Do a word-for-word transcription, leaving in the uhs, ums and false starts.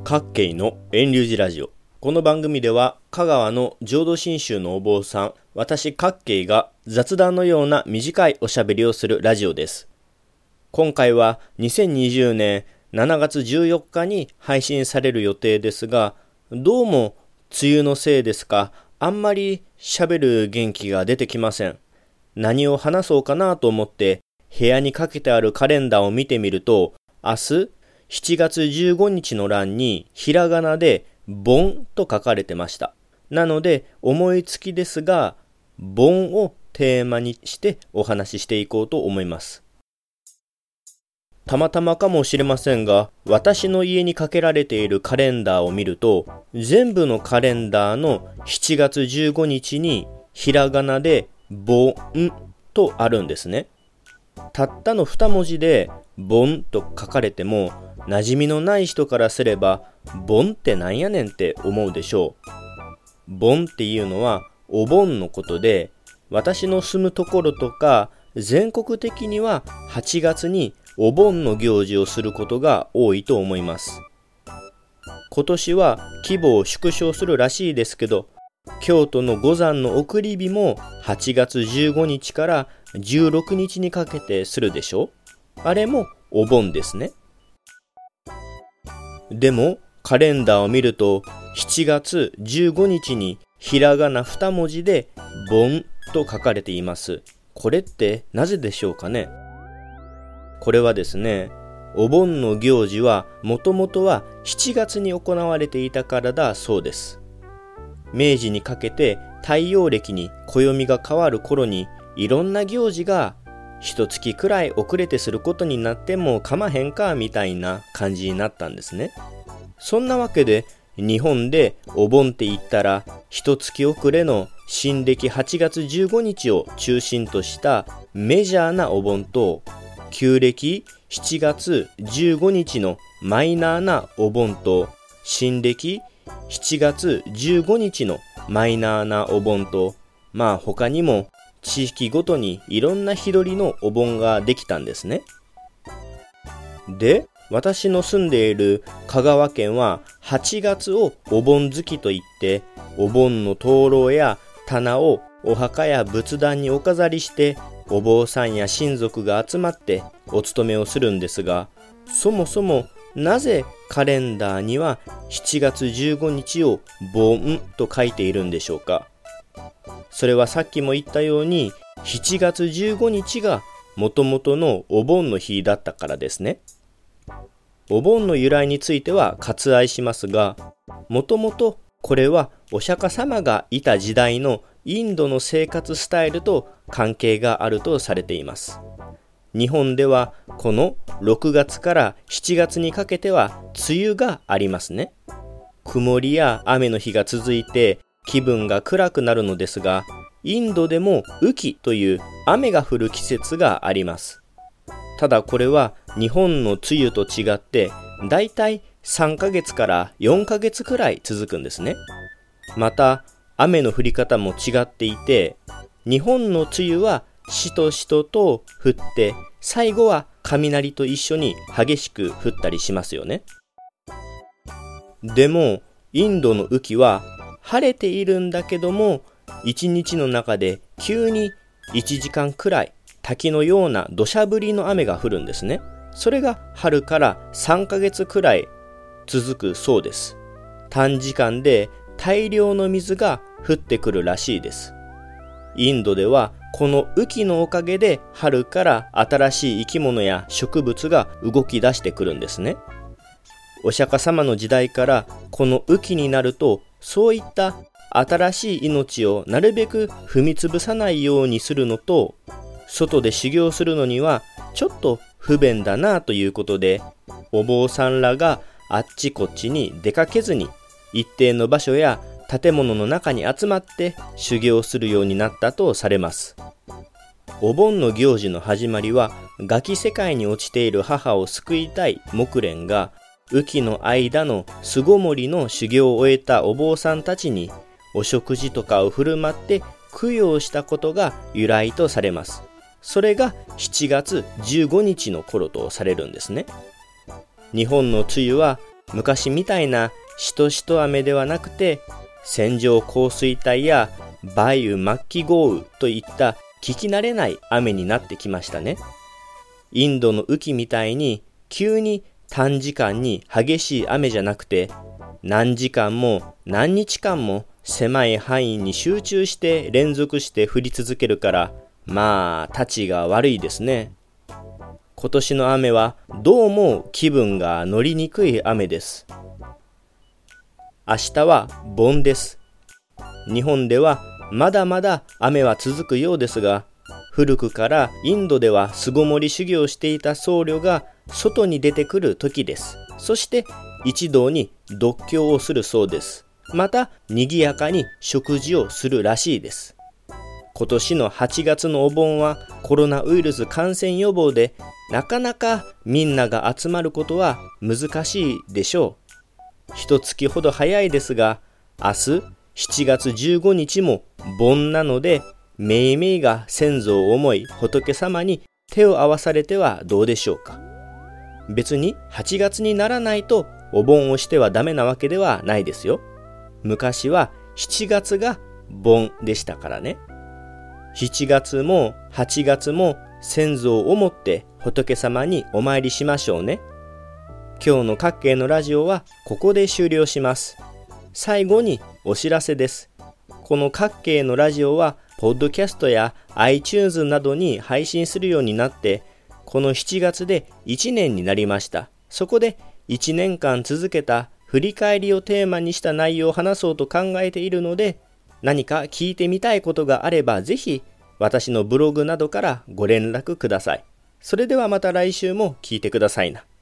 各系の遠流寺ラジオ。この番組では香川の浄土真宗のお坊さん、私各系が雑談のような短いおしゃべりをするラジオです。今回はにせんにじゅうねんしちがつじゅうよっかに配信される予定ですが、どうも梅雨のせいですか、あんまり喋る元気が出てきません。何を話そうかなと思って部屋にかけてあるカレンダーを見てみると、明日しちがつじゅうごにちの欄にひらがなで盆と書かれてました。なので思いつきですが、盆をテーマにしてお話ししていこうと思います。たまたまかもしれませんが、私の家にかけられているカレンダーを見ると、全部のカレンダーのしちがつじゅうごにちにひらがなで盆とあるんですね。たったのに文字で盆と書かれても、馴染みのない人からすれば盆ってなんやねんって思うでしょう。盆っていうのはお盆のことで、私の住むところとか全国的にははちがつにお盆の行事をすることが多いと思います。今年は規模を縮小するらしいですけど、京都の五山の送り火もはちがつじゅうごにちからじゅうろくにちにかけてするでしょ。あれもお盆ですね。でもカレンダーを見るとしちがつじゅうごにちにひらがなにもじで盆と書かれています。これってなぜでしょうかね。これはですね、お盆の行事はもともとはしちがつに行われていたからだそうです。明治にかけて太陽暦に暦が変わる頃に、いろんな行事が一月くらい遅れてすることになってもかまへんかみたいな感じになったんですね。そんなわけで日本でお盆って言ったら一月遅れの新暦はちがつじゅうごにちを中心としたメジャーなお盆と、旧暦しちがつじゅうごにちのマイナーなお盆と、新暦しちがつじゅうごにちのマイナーなお盆と、まあ他にも地域ごとにいろんな日取りのお盆ができたんですね。で、私の住んでいる香川県ははちがつをお盆月といって、お盆の灯籠や棚をお墓や仏壇にお飾りして、お坊さんや親族が集まってお勤めをするんですが、そもそもなぜカレンダーにはしちがつじゅうごにちを盆と書いているんでしょうか。それはさっきも言ったように、しちがつじゅうごにちがもともとのお盆の日だったからですね。お盆の由来については割愛しますが、もともとこれはお釈迦様がいた時代のインドの生活スタイルと関係があるとされています。日本ではこのろくがつからしちがつにかけては梅雨がありますね。曇りや雨の日が続いて気分が暗くなるのですが、インドでも雨季という雨が降る季節があります。ただこれは日本の梅雨と違って、だいたいさんかげつからよんかげつくらい続くんですね。また雨の降り方も違っていて、日本の梅雨はしとしとと降って、最後は雷と一緒に激しく降ったりしますよね。でもインドの雨季は晴れているんだけども、いちにちの中で急にいちじかんくらい滝のような土砂降りの雨が降るんですね。それが春からさんかげつくらい続くそうです。短時間で大量の水が降ってくるらしいです。インドではこの雨季のおかげで春から新しい生き物や植物が動き出してくるんですね。お釈迦様の時代からこの雨季になると、そういった新しい命をなるべく踏み潰さないようにするのと、外で修行するのにはちょっと不便だなということで、お坊さんらがあっちこっちに出かけずに、一定の場所や建物の中に集まって修行するようになったとされます。お盆の行事の始まりは、餓鬼世界に落ちている母を救いたい木蓮が、雨季の間の巣ごもりの修行を終えたお坊さんたちにお食事とかを振る舞って供養したことが由来とされます。それがしちがつじゅうごにちの頃とされるんですね。日本の梅雨は昔みたいなしとしと雨ではなくて、線状降水帯や梅雨末期豪雨といった聞き慣れない雨になってきましたね。インドの雨季みたいに急に短時間に激しい雨じゃなくて、何時間も何日間も狭い範囲に集中して連続して降り続けるから、まあたちが悪いですね。今年の雨はどうも気分が乗りにくい雨です。明日は盆です。日本ではまだまだ雨は続くようですが、古くからインドでは巣ごもり修行していた僧侶が外に出てくる時です。そして一同に読経をするそうです。また賑やかに食事をするらしいです。今年のはちがつのお盆はコロナウイルス感染予防でなかなかみんなが集まることは難しいでしょう。一月ほど早いですが、明日しちがつじゅうごにちも盆なので、めいめいが先祖を思い仏様に手を合わされてはどうでしょうか。別にはちがつにならないとお盆をしてはダメなわけではないですよ。昔はしちがつが盆でしたからね。しちがつもはちがつも先祖を思って仏様にお参りしましょうね。今日の各系のラジオはここで終了します。最後にお知らせです。この各系のラジオはポッドキャストや iTunes などに配信するようになって、このしちがつでいちねんになりました。そこでいちねんかん続けた振り返りをテーマにした内容を話そうと考えているので、何か聞いてみたいことがあればぜひ私のブログなどからご連絡ください。それではまた来週も聞いてくださいな。